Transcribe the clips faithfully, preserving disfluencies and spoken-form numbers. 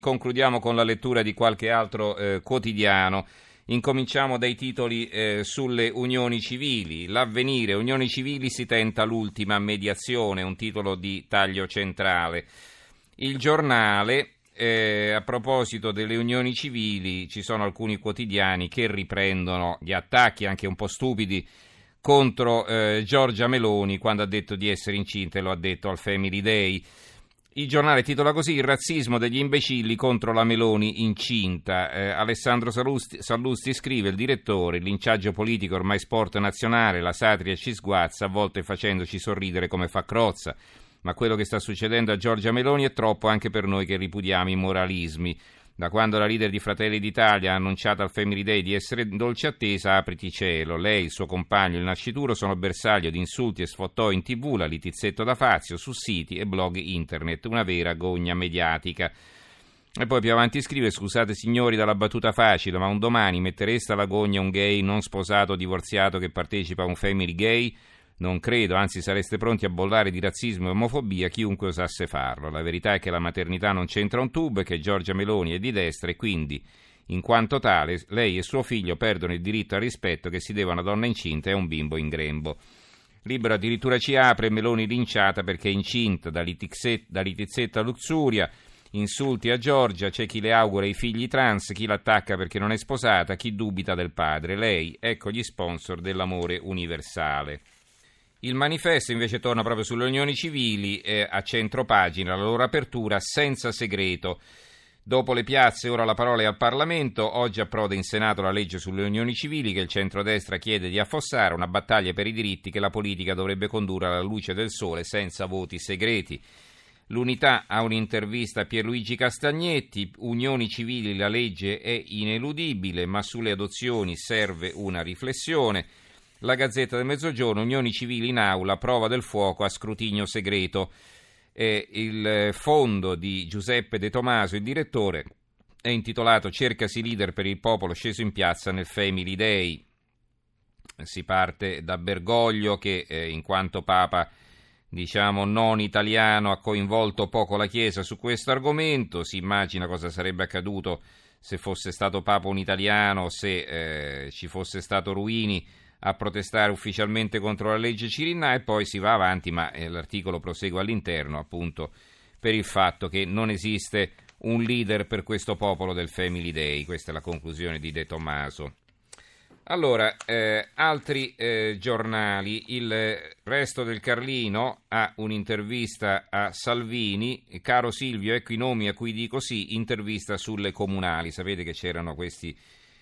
Concludiamo con la lettura di qualche altro eh, quotidiano. Incominciamo dai titoli eh, sulle unioni civili. L'Avvenire, unioni civili si tenta l'ultima mediazione, un titolo di taglio centrale. Il Giornale, eh, a proposito delle unioni civili, ci sono alcuni quotidiani che riprendono gli attacchi, anche un po' stupidi, contro eh, Giorgia Meloni quando ha detto di essere incinta e lo ha detto al Family Day. Il Giornale titola così: il razzismo degli imbecilli contro la Meloni incinta. Eh, Alessandro Sallusti, Sallusti scrive: il direttore, il linciaggio politico ormai sport nazionale, la satira ci sguazza, a volte facendoci sorridere come fa Crozza. Ma quello che sta succedendo a Giorgia Meloni è troppo anche per noi che ripudiamo i moralismi. Da quando la leader di Fratelli d'Italia ha annunciato al Family Day di essere in dolce attesa, apriti cielo. Lei, il suo compagno, il nascituro sono bersaglio di insulti e sfottò in tv, la litizzetto da Fazio, su siti e blog internet, una vera gogna mediatica. E poi più avanti scrive: scusate signori dalla battuta facile, ma un domani mettereste alla gogna un gay non sposato o divorziato che partecipa a un Family Gay? Non credo, anzi sareste pronti a bollare di razzismo e omofobia chiunque osasse farlo. La verità è che la maternità non c'entra un tubo e che Giorgia Meloni è di destra e quindi, in quanto tale, lei e suo figlio perdono il diritto al rispetto che si deve a una donna incinta e a un bimbo in grembo. Libero addirittura ci apre: Meloni linciata perché è incinta, da litizzetta, da litizzetta luxuria, insulti a Giorgia, c'è chi le augura i figli trans, chi l'attacca perché non è sposata, chi dubita del padre. Lei, ecco gli sponsor dell'amore universale. Il Manifesto invece torna proprio sulle unioni civili, eh, a centro pagina, la loro apertura senza segreto. Dopo le piazze ora la parola è al Parlamento, oggi approda in Senato la legge sulle unioni civili che il centrodestra chiede di affossare, una battaglia per i diritti che la politica dovrebbe condurre alla luce del sole senza voti segreti. L'Unità ha un'intervista a Pierluigi Castagnetti: unioni civili, la legge è ineludibile, ma sulle adozioni serve una riflessione. La Gazzetta del Mezzogiorno: unioni civili in aula, prova del fuoco a scrutinio segreto. E il fondo di Giuseppe De Tomaso, il direttore, è intitolato Cercasi leader per il popolo sceso in piazza nel Family Day. Si parte da Bergoglio che eh, in quanto Papa, diciamo non italiano, ha coinvolto poco la Chiesa su questo argomento. Si immagina cosa sarebbe accaduto se fosse stato Papa un italiano, se eh, ci fosse stato Ruini a protestare ufficialmente contro la legge Cirinnà, e poi si va avanti, ma eh, l'articolo prosegue all'interno appunto per il fatto che non esiste un leader per questo popolo del Family Day. Questa è la conclusione di De Tommaso. Allora, eh, altri eh, giornali. Il Resto del Carlino ha un'intervista a Salvini: caro Silvio, ecco i nomi a cui dico sì, intervista sulle comunali. Sapete che c'erano questi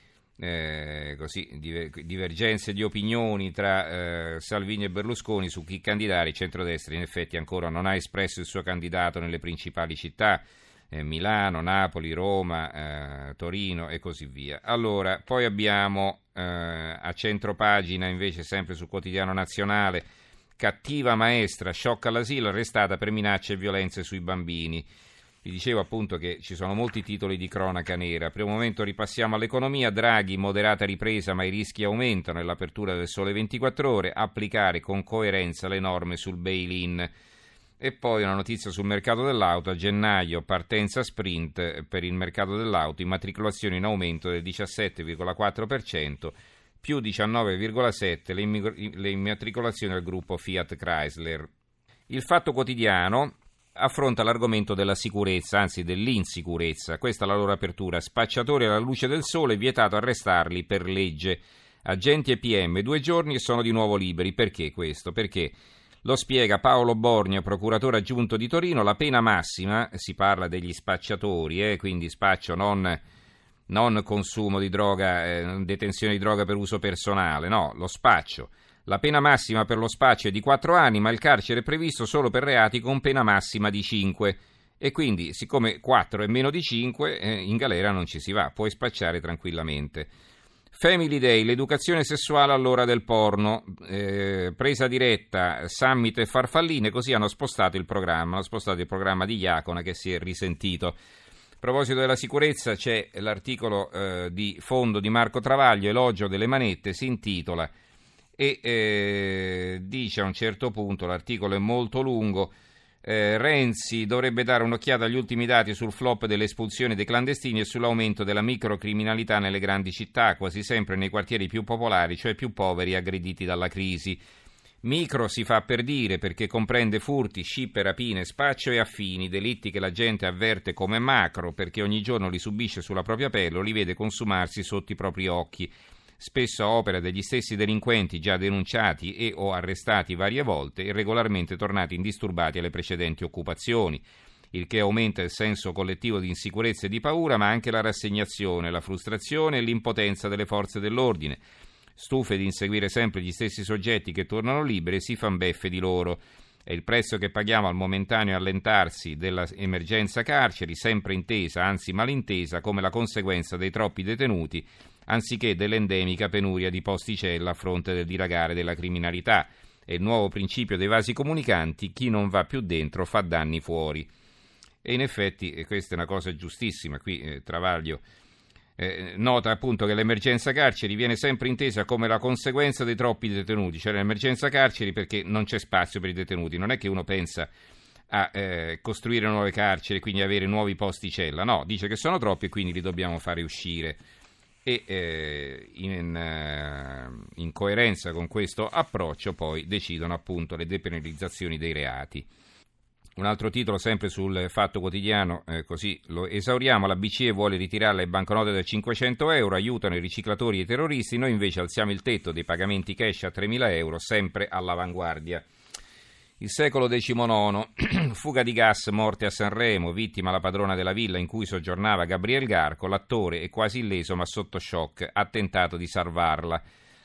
Eh, così, divergenze di opinioni tra eh, Salvini e Berlusconi su chi candidare. Il centrodestra in effetti ancora non ha espresso il suo candidato nelle principali città, eh, Milano, Napoli, Roma, eh, Torino e così via. Allora, poi abbiamo eh, a centropagina invece, sempre sul Quotidiano Nazionale: cattiva maestra, sciocca all'asilo, arrestata per minacce e violenze sui bambini. Vi dicevo appunto che ci sono molti titoli di cronaca nera. Per un momento ripassiamo all'economia. Draghi: moderata ripresa ma i rischi aumentano. Nell'apertura del Sole ventiquattro Ore: applicare con coerenza le norme sul bail-in. E poi una notizia sul mercato dell'auto: a gennaio partenza sprint per il mercato dell'auto, immatricolazioni in aumento del diciassette virgola quattro per cento, più diciannove virgola sette per cento le, le immatricolazioni al gruppo Fiat Chrysler. Il Fatto Quotidiano affronta l'argomento della sicurezza, anzi dell'insicurezza. Questa è la loro apertura: spacciatori alla luce del sole, vietato arrestarli per legge. Agenti e P M due giorni e sono di nuovo liberi. Perché questo? Perché, lo spiega Paolo Borgna, procuratore aggiunto di Torino, la pena massima, si parla degli spacciatori, eh, quindi spaccio non, non consumo di droga, eh, detenzione di droga per uso personale, no, lo spaccio. La pena massima per lo spaccio è di quattro anni, ma il carcere è previsto solo per reati con pena massima di cinque. E quindi, siccome quattro è meno di cinque, eh, in galera non ci si va, puoi spacciare tranquillamente. Family Day, l'educazione sessuale all'ora del porno, eh, presa diretta, summit e farfalline, così hanno spostato il programma, hanno spostato il programma di Iacona che si è risentito. A proposito della sicurezza c'è l'articolo eh, di fondo di Marco Travaglio, elogio delle manette, si intitola, e eh, dice a un certo punto, l'articolo è molto lungo, Eh, Renzi dovrebbe dare un'occhiata agli ultimi dati sul flop delle espulsioni dei clandestini e sull'aumento della microcriminalità nelle grandi città, quasi sempre nei quartieri più popolari, cioè più poveri aggrediti dalla crisi. Micro si fa per dire perché comprende furti, scippe, rapine, spaccio e affini, delitti che la gente avverte come macro perché ogni giorno li subisce sulla propria pelle o li vede consumarsi sotto i propri occhi. Spesso a opera degli stessi delinquenti già denunciati e o arrestati varie volte e regolarmente tornati indisturbati alle precedenti occupazioni, il che aumenta il senso collettivo di insicurezza e di paura, ma anche la rassegnazione, la frustrazione e l'impotenza delle forze dell'ordine. Stufe di inseguire sempre gli stessi soggetti che tornano liberi e si fan beffe di loro. È il prezzo che paghiamo al momentaneo allentarsi dell'emergenza carceri, sempre intesa, anzi malintesa, come la conseguenza dei troppi detenuti, anziché dell'endemica penuria di posti cella a fronte del dilagare della criminalità. È il nuovo principio dei vasi comunicanti: chi non va più dentro fa danni fuori. E in effetti eh, questa è una cosa giustissima. Qui eh, Travaglio eh, nota appunto che l'emergenza carceri viene sempre intesa come la conseguenza dei troppi detenuti, cioè l'emergenza carceri perché non c'è spazio per i detenuti. Non è che uno pensa a eh, costruire nuove carceri e quindi avere nuovi posti cella, no, dice che sono troppi e quindi li dobbiamo fare uscire. E eh, in, eh, in coerenza con questo approccio poi decidono appunto le depenalizzazioni dei reati. Un altro titolo sempre sul Fatto Quotidiano, eh, così lo esauriamo: la B C E vuole ritirare le banconote da cinquecento euro, aiutano i riciclatori e i terroristi, noi invece alziamo il tetto dei pagamenti cash a tremila euro, sempre all'avanguardia. Il Secolo diciannove, fuga di gas, morte a Sanremo, vittima la padrona della villa in cui soggiornava Gabriel Garco, l'attore è quasi illeso ma sotto shock, ha tentato di salvarla.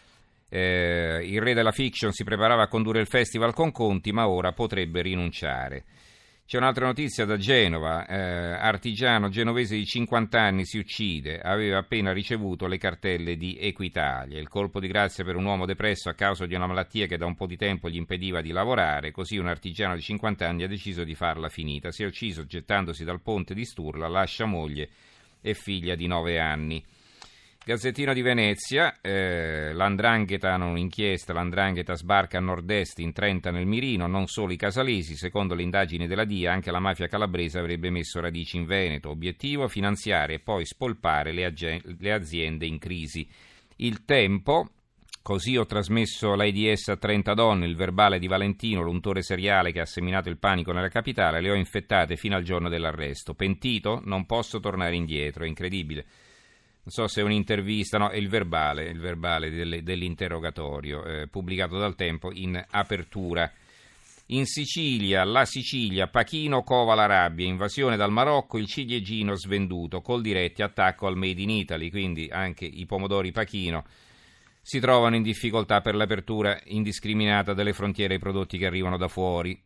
Eh, il re della fiction si preparava a condurre il festival con Conti, ma ora potrebbe rinunciare. C'è un'altra notizia da Genova, eh, artigiano genovese di cinquanta anni si uccide, aveva appena ricevuto le cartelle di Equitalia, il colpo di grazia per un uomo depresso a causa di una malattia che da un po' di tempo gli impediva di lavorare, così un artigiano di cinquanta anni ha deciso di farla finita, si è ucciso gettandosi dal ponte di Sturla, lascia moglie e figlia di nove anni. Gazzettino di Venezia, eh, l'Andrangheta hanno un'inchiesta, l'Andrangheta sbarca a nord-est in Trenta nel mirino, non solo i casalesi, secondo le indagini della D I A anche la mafia calabrese avrebbe messo radici in Veneto, obiettivo finanziare e poi spolpare le, ag- le aziende in crisi. Il Tempo, così ho trasmesso l'AIDS a trenta donne, il verbale di Valentino, l'untore seriale che ha seminato il panico nella capitale, le ho infettate fino al giorno dell'arresto, pentito? Non posso tornare indietro, è incredibile. Non so se è un'intervista, no, è il verbale, il verbale delle, dell'interrogatorio, eh, pubblicato dal Tempo in apertura. In Sicilia, la Sicilia, Pachino cova la rabbia, invasione dal Marocco, il ciliegino svenduto, col diretti attacco al Made in Italy, quindi anche i pomodori Pachino si trovano in difficoltà per l'apertura indiscriminata delle frontiere ai prodotti che arrivano da fuori.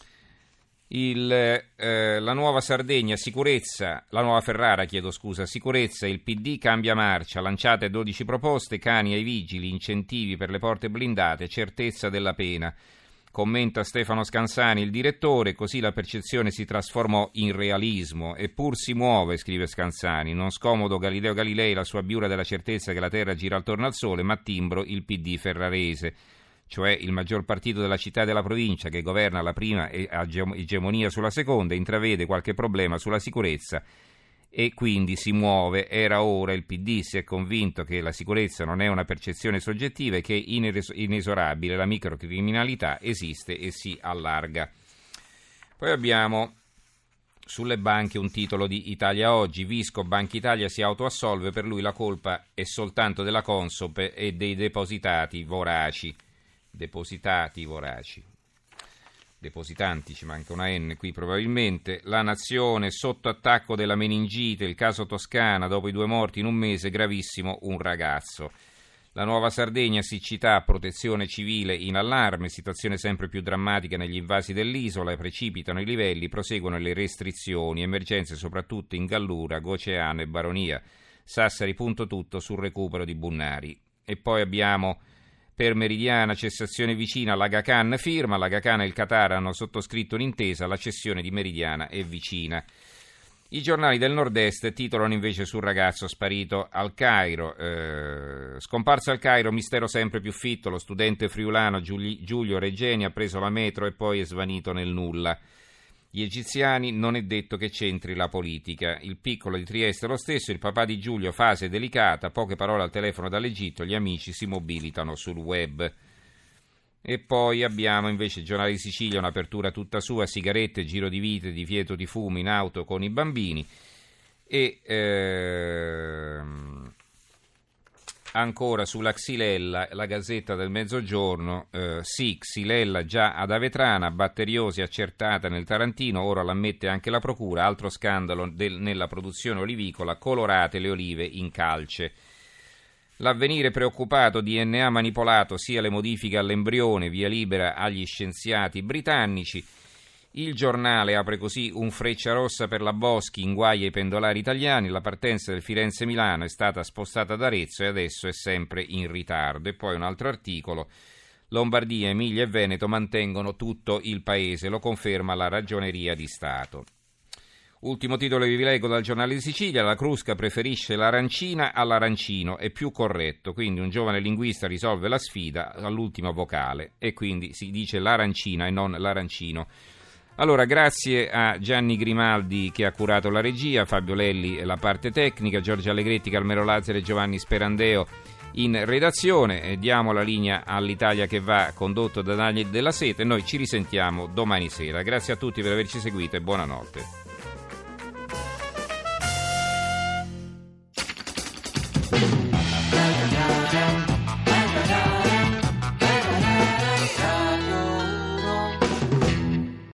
Il, eh, la nuova Sardegna, sicurezza, la nuova Ferrara, chiedo scusa, sicurezza, il P D cambia marcia, lanciate dodici proposte, cani ai vigili, incentivi per le porte blindate, certezza della pena. Commenta Stefano Scansani, il direttore, così la percezione si trasformò in realismo, eppur si muove, scrive Scansani, non scomodo Galileo Galilei la sua biura della certezza che la Terra gira attorno al Sole, ma timbro il P D ferrarese, cioè il maggior partito della città e della provincia che governa la prima e ha egemonia sulla seconda, intravede qualche problema sulla sicurezza e quindi si muove. Era ora, il P D si è convinto che la sicurezza non è una percezione soggettiva e che è inesorabile, la microcriminalità esiste e si allarga. Poi abbiamo sulle banche un titolo di Italia Oggi, Visco, Banca Italia si autoassolve, per lui la colpa è soltanto della Consob e dei depositati voraci. Depositati voraci, depositanti, ci manca una N qui probabilmente. La Nazione, sotto attacco della meningite, il caso Toscana, dopo i due morti in un mese, gravissimo un ragazzo. La Nuova Sardegna, siccità, protezione civile in allarme, situazione sempre più drammatica negli invasi dell'isola, precipitano i livelli, proseguono le restrizioni, emergenze soprattutto in Gallura, Goceano e Baronia. Sassari punto tutto sul recupero di Bunnari. E poi abbiamo per Meridiana, cessazione vicina, l'Aga Khan firma, l'Aga Khan e il Qatar hanno sottoscritto un'intesa, la cessione di Meridiana è vicina. I giornali del nord-est titolano invece sul ragazzo sparito al Cairo, eh, scomparso al Cairo, mistero sempre più fitto, lo studente friulano Giulio Regeni ha preso la metro e poi è svanito nel nulla. Gli egiziani non è detto che c'entri la politica. Il piccolo di Trieste è lo stesso, il papà di Giulio fase delicata, poche parole al telefono dall'Egitto, gli amici si mobilitano sul web. E poi abbiamo invece il Giornale di Sicilia, un'apertura tutta sua, sigarette, giro di vite, divieto di fumo in auto con i bambini. E ehm, ancora sulla Xylella, la Gazzetta del Mezzogiorno, eh, sì, Xylella già ad Avetrana, batteriosi accertata nel Tarantino, ora l'ammette anche la procura, altro scandalo del, nella produzione olivicola, colorate le olive in calce. L'Avvenire preoccupato, D N A manipolato, sia le modifiche all'embrione, via libera agli scienziati britannici. Il Giornale apre così un Frecciarossa per la Boschi, in guai ai pendolari italiani, la partenza del Firenze-Milano è stata spostata ad Arezzo e adesso è sempre in ritardo. E poi un altro articolo, Lombardia, Emilia e Veneto mantengono tutto il paese, lo conferma la Ragioneria di Stato. Ultimo titolo che vi leggo dal Giornale di Sicilia, la Crusca preferisce l'arancina all'arancino, è più corretto, quindi un giovane linguista risolve la sfida all'ultima vocale e quindi si dice l'arancina e non l'arancino. Allora, grazie a Gianni Grimaldi che ha curato la regia, Fabio Lelli la parte tecnica, Giorgio Allegretti, Carmelo Lazzaro e Giovanni Sperandeo in redazione. E diamo la linea all'Italia che va, condotto da Daniel Della Seta, e noi ci risentiamo domani sera. Grazie a tutti per averci seguito e buonanotte.